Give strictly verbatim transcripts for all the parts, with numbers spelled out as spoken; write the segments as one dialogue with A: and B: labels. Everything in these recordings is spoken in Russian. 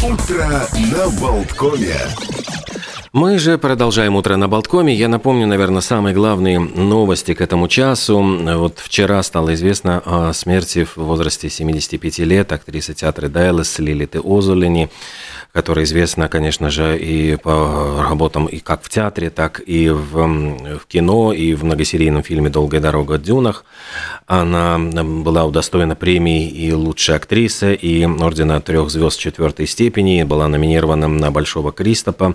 A: Утро на Болткоме.
B: Мы же продолжаем «Утро на Болткоме». Я напомню, наверное, самые главные новости к этому часу. Вот вчера стало известно о смерти в возрасте семидесяти пяти лет актрисы театра Дайлас Лилиты Озолини, которая известна, конечно же, и по работам и как в театре, так и в, в кино, и в многосерийном фильме «Долгая дорога в дюнах». Она была удостоена премии и лучшая актриса, и ордена трех звезд четвертой степени, была номинирована на Большого Кристофа.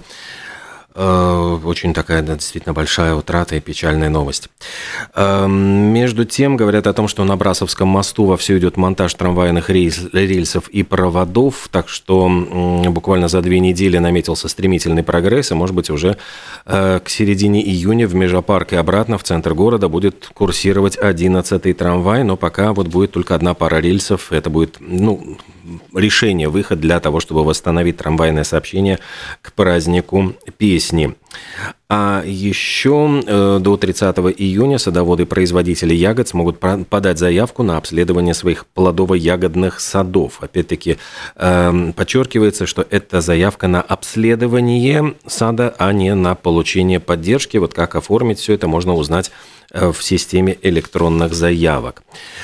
B: Очень такая, да, действительно большая утрата и печальная новость. Между тем, говорят о том, что на Брасовском мосту вовсю идет монтаж трамвайных рельс, рельсов и проводов, так что буквально за две недели наметился стремительный прогресс, и, может быть, уже к середине июня в Межапарк и обратно в центр города будет курсировать одиннадцатый трамвай, но пока вот будет только одна пара рельсов, это будет, ну, решение, выход для того, чтобы восстановить трамвайное сообщение к празднику песни. А еще э, до тридцатого июня садоводы-производители ягод смогут подать заявку на обследование своих плодово-ягодных садов. Опять-таки, э, подчеркивается, что это заявка на обследование сада, а не на получение поддержки. Вот как оформить все это, можно узнать в системе электронных заявок.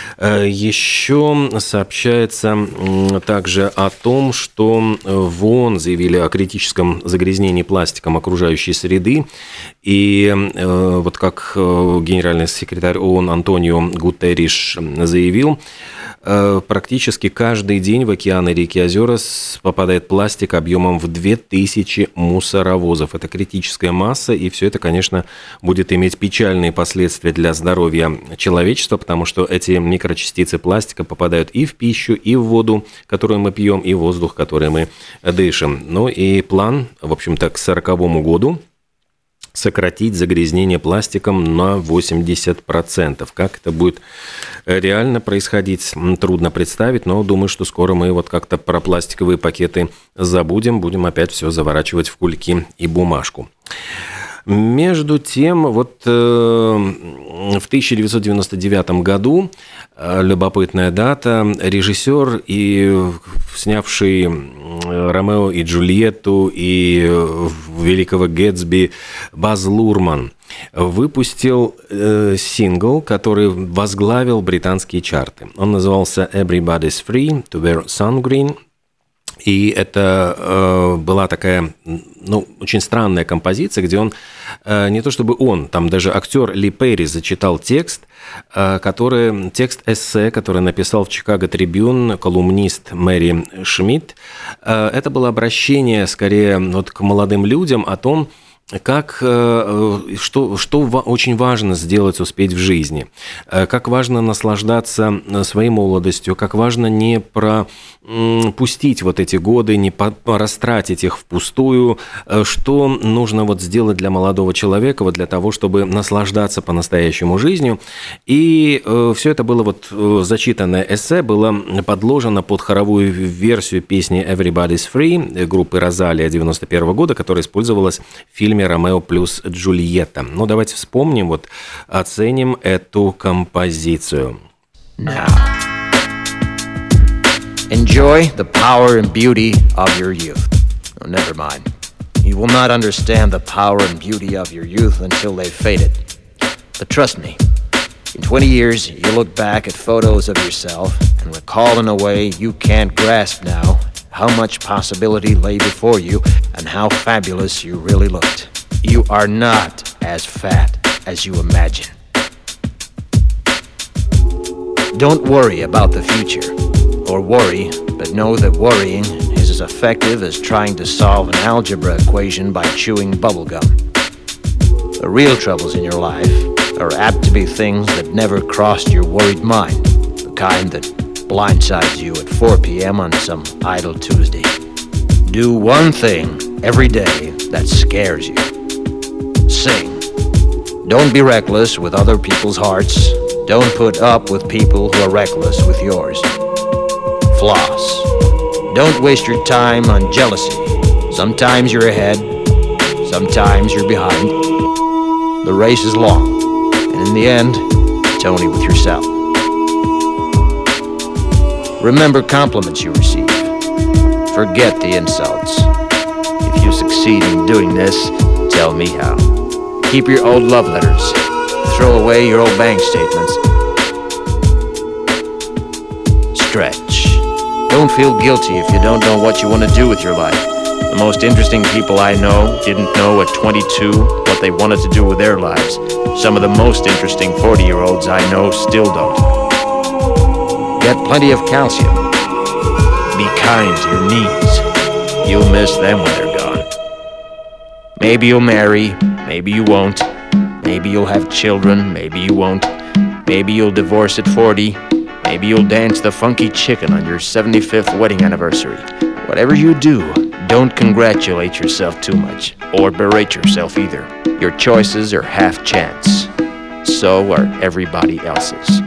B: Еще сообщается также о том, что в ООН заявили о критическом загрязнении пластиком окружающей среды. И вот как генеральный секретарь ООН Антонио Гутерриш заявил, практически каждый день в океаны, реки, озера попадает пластик объемом в две тысячи мусоровозов. Это критическая масса, и все это, конечно, будет иметь печальные последствия для здоровья человечества, потому что эти микрочастицы пластика попадают и в пищу, и в воду, которую мы пьем, и в воздух, который мы дышим. Ну и план, в общем-то, к сороковому году сократить загрязнение пластиком на восемьдесят процентов. Как это будет реально происходить, трудно представить, но думаю, что скоро мы вот как-то про пластиковые пакеты забудем, будем опять все заворачивать в кульки и бумажку. Между тем, вот э, в тысяча девятьсот девяносто девятом году, э, любопытная дата, режиссер, и снявший «Ромео и Джульетту» и «Великого Гэтсби» Баз Лурман выпустил э, сингл, который возглавил британские чарты. Он назывался «Everybody's Free to Wear Sun Green». И это э, была такая, ну, очень странная композиция, где он, э, не то чтобы он, там даже актер Ли Перри зачитал текст, э, который, текст эссе, который написал в Chicago Tribune колумнист Мэри Шмидт. Э, это было обращение, скорее, вот, к молодым людям о том, как, что, что очень важно сделать, успеть в жизни, как важно наслаждаться своей молодостью, как важно не пропустить вот эти годы, не растратить их впустую, что нужно вот сделать для молодого человека вот для того, чтобы наслаждаться по-настоящему жизнью. И все это было вот зачитанное эссе, было подложено под хоровую версию песни «Everybody's Free» группы «Розалия» девяносто первого года, которая использовалась в фильме «Ромео плюс Джульетта». Ну, давайте вспомним, вот оценим эту композицию.
C: Now, enjoy the power and beauty of your youth. Oh, never mind. You will not understand the power and beauty of your youth until they've faded. But trust me, in twenty years, you look back at photos of yourself and recall in a way you can't grasp now how much possibility lay before you and how fabulous you really looked. You are not as fat as you imagine. Don't worry about the future, or worry, but know that worrying is as effective as trying to solve an algebra equation by chewing bubblegum. The real troubles in your life are apt to be things that never crossed your worried mind, the kind that blindsides you at four p.m. on some idle Tuesday. Do one thing every day that scares you. Sing. Don't be reckless with other people's hearts. Don't put up with people who are reckless with yours. Floss. Don't waste your time on jealousy. Sometimes you're ahead, sometimes you're behind. The race is long, and in the end, it's only with yourself. Remember compliments you receive. Forget the insults. If you succeed in doing this, tell me how. Keep your old love letters. Throw away your old bank statements. Stretch. Don't feel guilty if you don't know what you want to do with your life. The most interesting people I know didn't know at twenty-two what they wanted to do with their lives. Some of the most interesting forty-year-olds I know still don't. Get plenty of calcium. Be kind to your knees. You'll miss them when they're gone. Maybe you'll marry, maybe you won't. Maybe you'll have children, maybe you won't. Maybe you'll divorce at forty. Maybe you'll dance the funky chicken on your seventy-fifth wedding anniversary. Whatever you do, don't congratulate yourself too much, or berate yourself either. Your choices are half chance. So are everybody else's.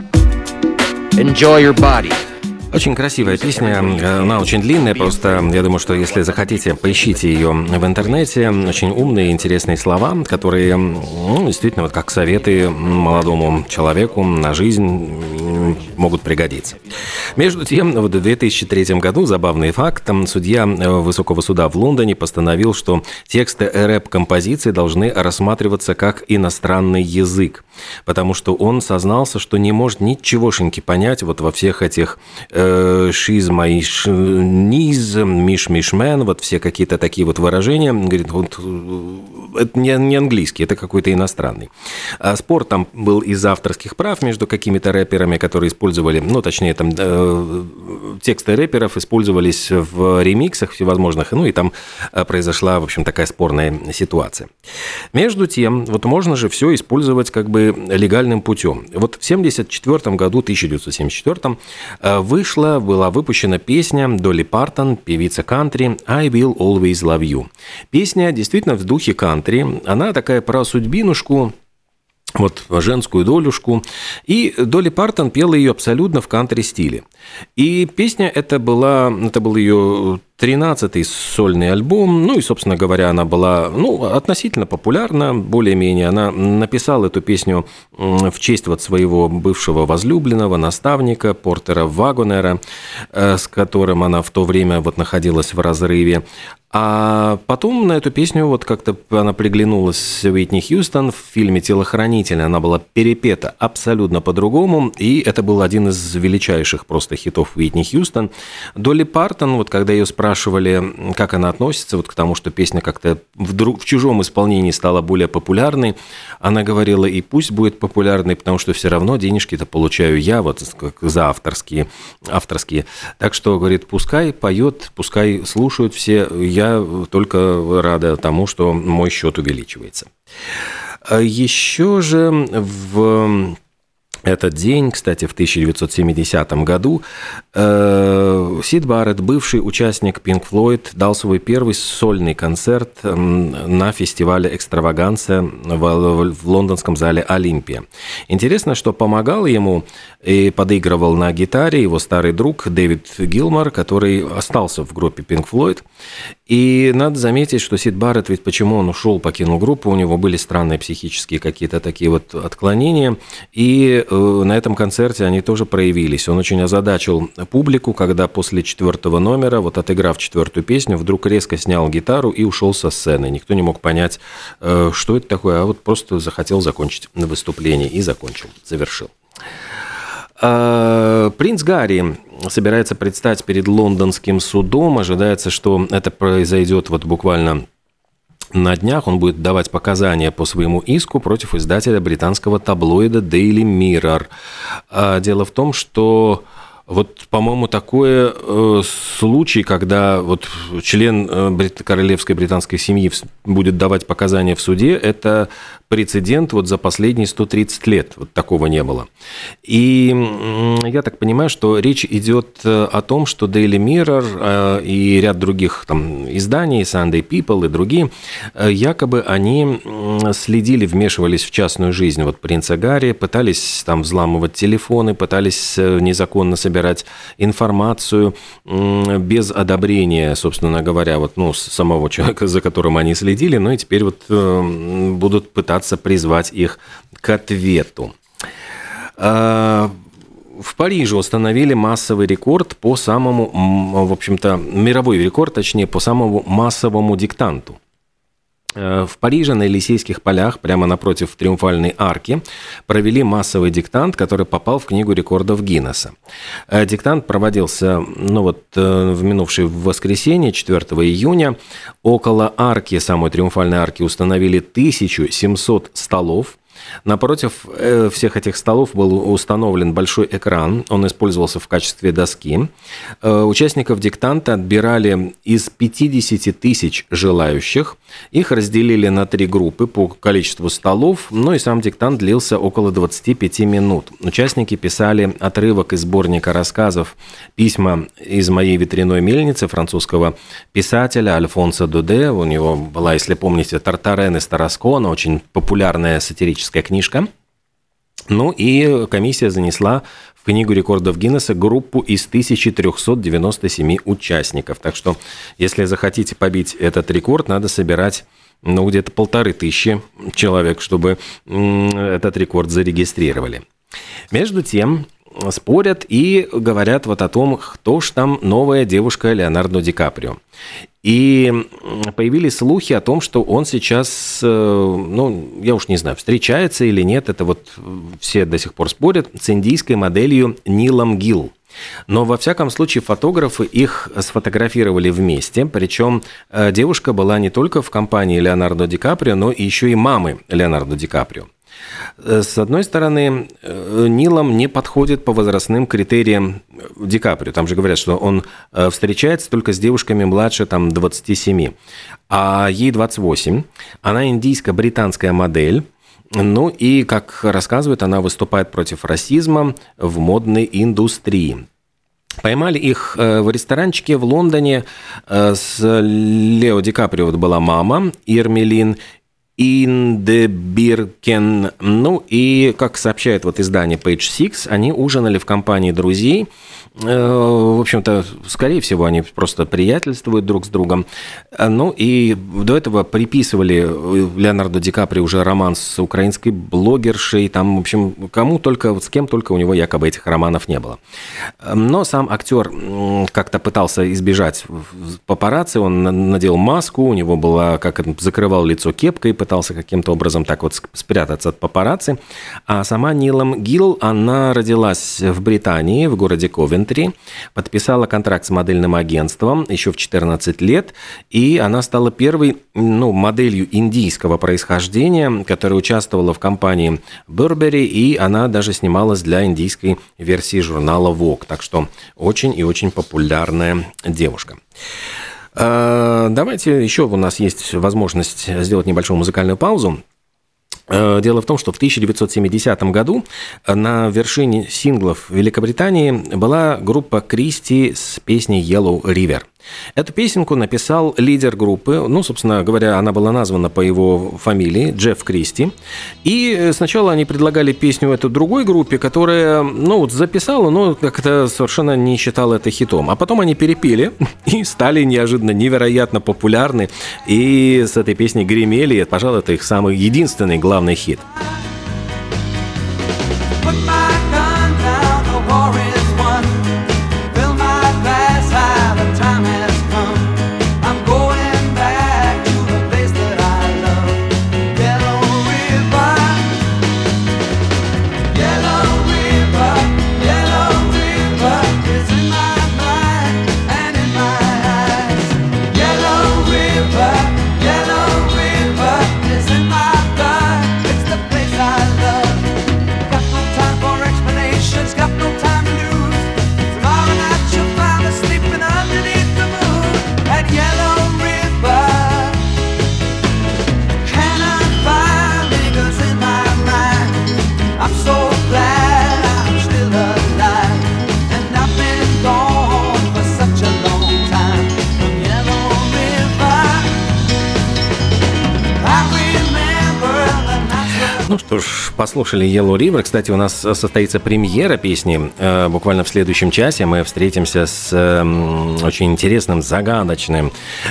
C: Enjoy your body.
B: Очень красивая песня, она очень длинная, просто я думаю, что если захотите, поищите ее в интернете. Очень умные, интересные слова, которые, ну, действительно, вот как советы молодому человеку на жизнь могут пригодиться. Между тем, в две тысячи третьем году, забавный факт, судья Высокого суда в Лондоне постановил, что тексты рэп-композиции должны рассматриваться как иностранный язык, потому что он сознался, что не может ничегошеньки понять вот во всех этих «she's my knees», «миш-миш-мен», вот все какие-то такие вот выражения. Говорит, вот, это не, не английский, это какой-то иностранный. А спор там был из-за авторских прав между какими-то рэперами, которые использовали, ну, точнее, там э, тексты рэперов использовались в ремиксах всевозможных, ну, и там произошла, в общем, такая спорная ситуация. Между тем, вот можно же все использовать как бы легальным путем. Вот в семьдесят четвёртом году, тысяча девятьсот семьдесят четвёртом, вышла, была выпущена песня Долли Партон, певица кантри, «I Will Always Love You». Песня действительно в духе кантри, она такая про судьбинушку, вот женскую долюшку, и Долли Партон пела ее абсолютно в кантри-стиле. И песня эта была, это был ее тринадцатый сольный альбом, ну и, собственно говоря, она была, ну, относительно популярна, более-менее. Она написала эту песню в честь вот своего бывшего возлюбленного, наставника Портера Вагонера, с которым она в то время вот находилась в разрыве. А потом на эту песню вот как-то она приглянулась Уитни Хьюстон в фильме «Телохранитель». Она была перепета абсолютно по-другому, и это был один из величайших просто хитов Уитни Хьюстон. Долли Партон, вот когда ее спрашивали, как она относится вот к тому, что песня как-то вдруг в чужом исполнении стала более популярной, она говорила, и пусть будет популярной, потому что все равно денежки-то получаю я вот как за авторские, авторские. Так что, говорит, пускай поет, пускай слушают все, я только рада тому, что мой счет увеличивается. Еще же в этот день, кстати, в тысяча девятьсот семидесятом году Сид Барретт, бывший участник Pink Floyd, дал свой первый сольный концерт на фестивале «Экстраваганция» в лондонском зале «Олимпия». Интересно, что помогал ему и подыгрывал на гитаре его старый друг Дэвид Гилмор, который остался в группе Pink Floyd. И надо заметить, что Сид Барретт, ведь почему он ушел, покинул группу, у него были странные психические какие-то такие вот отклонения, и на этом концерте они тоже проявились. Он очень озадачил публику, когда после четвертого номера, вот отыграв четвертую песню, вдруг резко снял гитару и ушел со сцены. Никто не мог понять, что это такое, а вот просто захотел закончить выступление и закончил, завершил. Принц Гарри собирается предстать перед лондонским судом. Ожидается, что это произойдет вот буквально на днях. Он будет давать показания по своему иску против издателя британского таблоида Daily Mirror. Дело в том, что вот, по-моему, такой э, случай, когда вот член э, брит- королевской британской семьи будет давать показания в суде, это прецедент вот за последние сто тридцать лет. Вот такого не было. И э, я так понимаю, что речь идет о том, что Daily Mirror э, и ряд других там изданий, Sunday People и другие, э, якобы они следили, вмешивались в частную жизнь вот принца Гарри, пытались там взламывать телефоны, пытались незаконно собирать собирать информацию без одобрения, собственно говоря, вот, ну, самого человека, за которым они следили, ну и теперь вот э, будут пытаться призвать их к ответу. в Париже установили массовый рекорд по самому, в общем-то, мировой рекорд, точнее, по самому массовому диктанту. В Париже на Елисейских полях, прямо напротив Триумфальной арки, провели массовый диктант, который попал в Книгу рекордов Гиннесса. Диктант проводился, ну вот, в минувшее воскресенье, четвёртого июня. Около арки, самой Триумфальной арки, установили тысячу семьсот столов. Напротив всех этих столов был установлен большой экран, он использовался в качестве доски. Участников диктанта отбирали из пятидесяти тысяч желающих, их разделили на три группы по количеству столов, ну и сам диктант длился около двадцати пяти минут. Участники писали отрывок из сборника рассказов «Письма из моей ветряной мельницы» французского писателя Альфонса Дуде. У него была, если помните, «Тартарен из Тараскона», очень популярная сатирическая книжка. Ну и комиссия занесла в Книгу рекордов Гиннесса группу из тысячи трёхсот девяноста семи участников. Так что, если захотите побить этот рекорд, надо собирать, ну, где-то полторы тысячи человек, чтобы этот рекорд зарегистрировали. Между тем, спорят и говорят вот о том, кто ж там новая девушка Леонардо Ди Каприо. И появились слухи о том, что он сейчас, ну, я уж не знаю, встречается или нет, это вот все до сих пор спорят, с индийской моделью Нилом Гилл. Но, во всяком случае, фотографы их сфотографировали вместе, причем девушка была не только в компании Леонардо Ди Каприо, но еще и мамы Леонардо Ди Каприо. С одной стороны, Нилом не подходит по возрастным критериям Ди Каприо. Там же говорят, что он встречается только с девушками младше там, двадцати семи, а ей двадцать восемь. Она индийско-британская модель. Ну и, как рассказывают, она выступает против расизма в модной индустрии. Поймали их в ресторанчике в Лондоне. С Лео Ди Каприо вот была мама Ирмелин Индебиркен. Ну и, как сообщает вот издание Page Six, они ужинали в компании друзей. В общем-то, скорее всего, они просто приятельствуют друг с другом. Ну и до этого приписывали Леонардо Ди Каприо уже роман с украинской блогершей. Там, в общем, кому только, вот с кем только у него якобы этих романов не было. Но сам актер как-то пытался избежать папарацци. Он надел маску, у него была, как это, закрывал лицо кепкой, пытался каким-то образом так вот спрятаться от папарацци. А сама Нилом Гилл, она родилась в Британии, в городе Ковентри, подписала контракт с модельным агентством еще в четырнадцать лет, и она стала первой, ну, моделью индийского происхождения, которая участвовала в кампании Burberry, и она даже снималась для индийской версии журнала Vogue. Так что очень и очень популярная девушка. Давайте еще у нас есть возможность сделать небольшую музыкальную паузу. Дело в том, что в тысяча девятьсот семидесятом году на вершине синглов Великобритании была группа Кристи с песней Yellow River. Эту песенку написал лидер группы, ну, собственно говоря, она была названа по его фамилии, Джефф Кристи. И сначала они предлагали песню эту другой группе, которая, ну, вот записала, но как-то совершенно не считала это хитом. А потом они перепели и стали неожиданно невероятно популярны. И с этой песней гремели, и, пожалуй, это их самый единственный главный хит.
D: It's the place I
B: Ну что ж, послушали Yellow River. Кстати, у нас состоится премьера песни. Буквально в следующем часе мы встретимся с очень интересным, загадочным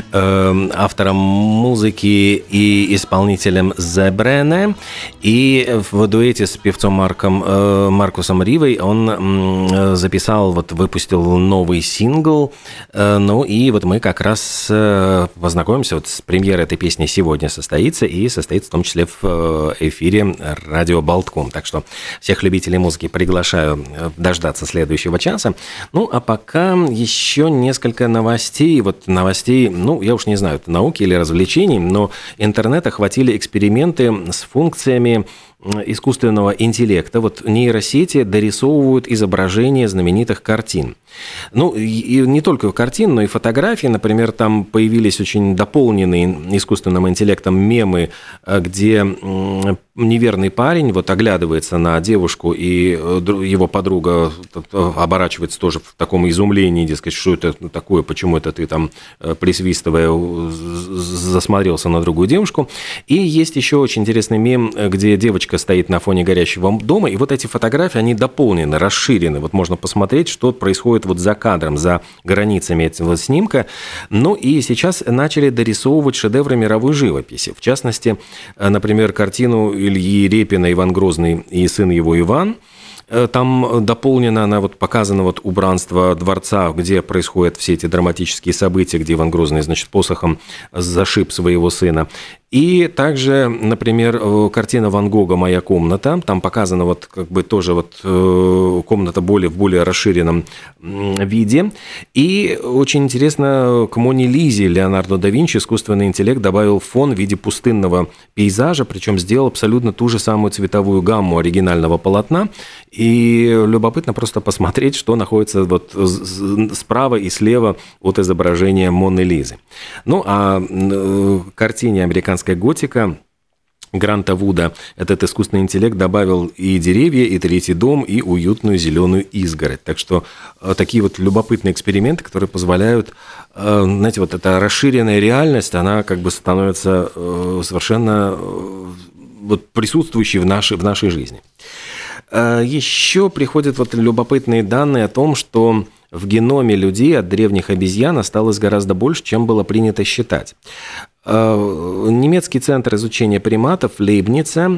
B: автором музыки и исполнителем The Brenner. И в дуэте с певцом Марком, Маркусом Ривой он записал, вот выпустил новый сингл. Ну и вот мы как раз познакомимся. Вот с премьерой этой песни сегодня состоится, и состоится в том числе в эфире радио Болтком. Так что всех любителей музыки приглашаю дождаться следующего часа. Ну, а пока еще несколько новостей. Вот новостей, ну, я уж не знаю, это науки или развлечений, но интернет охватили эксперименты с функциями искусственного интеллекта. Вот нейросети дорисовывают изображения знаменитых картин. Ну, и не только картин, но и фотографии. Например, там появились очень дополненные искусственным интеллектом мемы, где неверный парень вот оглядывается на девушку, и его подруга оборачивается тоже в таком изумлении, дескать, что это такое, почему это ты там, присвистывая, засмотрелся на другую девушку. И есть еще очень интересный мем, где девочка стоит на фоне горящего дома, и вот эти фотографии, они дополнены, расширены. Вот можно посмотреть, что происходит вот за кадром, за границами этого снимка. Ну и сейчас начали дорисовывать шедевры мировой живописи. В частности, например, картину Ильи Репина «Иван Грозный и сын его Иван». Там дополнена, она вот показана вот убранство дворца, где происходят все эти драматические события, где Иван Грозный, значит, посохом зашиб своего сына. И также, например, картина Ван Гога «Моя комната». Там показана вот как бы тоже вот комната более, в более расширенном виде. И очень интересно, к Моне Лизе Леонардо да Винчи искусственный интеллект добавил фон в виде пустынного пейзажа, причем сделал абсолютно ту же самую цветовую гамму оригинального полотна. И любопытно просто посмотреть, что находится вот справа и слева от изображения Моны Лизы. Ну, а картине «Американская готика» Гранта Вуда этот искусственный интеллект добавил и деревья, и третий дом, и уютную зеленую изгородь. Так что такие вот любопытные эксперименты, которые позволяют, знаете, вот эта расширенная реальность, она как бы становится совершенно вот присутствующей в нашей, в нашей жизни. Еще приходят вот любопытные данные о том, что в геноме людей от древних обезьян осталось гораздо больше, чем было принято считать. Немецкий центр изучения приматов Лейбница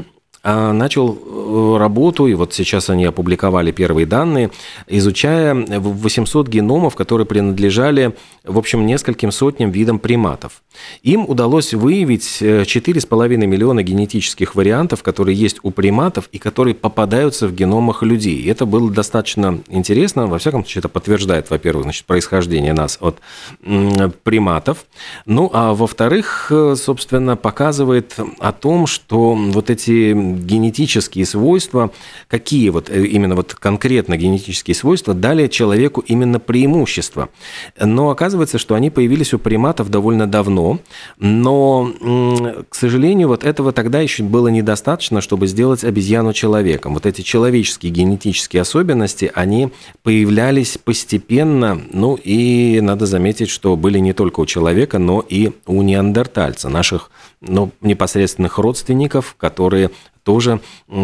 B: начал работу, и вот сейчас они опубликовали первые данные, изучая восемьсот геномов, которые принадлежали, в общем, нескольким сотням видам приматов. Им удалось выявить четыре с половиной миллиона генетических вариантов, которые есть у приматов и которые попадаются в геномах людей. И это было достаточно интересно. Во всяком случае, это подтверждает, во-первых, значит, происхождение нас от приматов. Ну, а во-вторых, собственно, показывает о том, что вот эти генетические свойства, какие вот именно вот конкретно генетические свойства дали человеку именно преимущество. Но оказывается, что они появились у приматов довольно давно, но, к сожалению, вот этого тогда еще было недостаточно, чтобы сделать обезьяну человеком. Вот эти человеческие генетические особенности, они появлялись постепенно, ну и надо заметить, что были не только у человека, но и у неандертальца, наших, ну, непосредственных родственников, которые тоже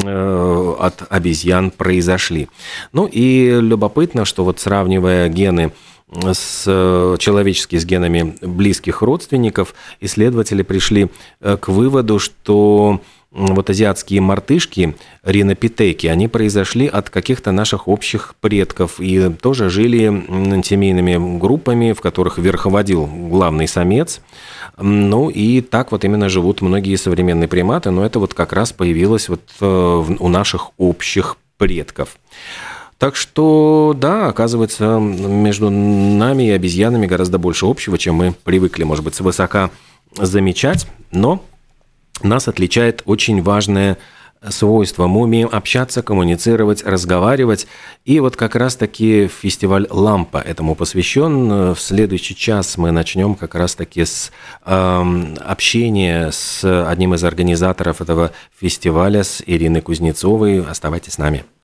B: э, от обезьян произошли. Ну и любопытно, что вот сравнивая гены с, человеческие с генами близких родственников, исследователи пришли к выводу, что вот азиатские мартышки, ринопитеки, они произошли от каких-то наших общих предков и тоже жили семейными группами, в которых верховодил главный самец. Ну и так вот именно живут многие современные приматы, но это вот как раз появилось вот у наших общих предков. Так что, да, оказывается, между нами и обезьянами гораздо больше общего, чем мы привыкли, может быть, свысока замечать, но нас отличает очень важное свойство. Мы умеем общаться, коммуницировать, разговаривать. И вот как раз-таки фестиваль «Лампа» этому посвящен. В следующий час мы начнем как раз-таки с э, общения с одним из организаторов этого фестиваля, с Ириной Кузнецовой. Оставайтесь с нами.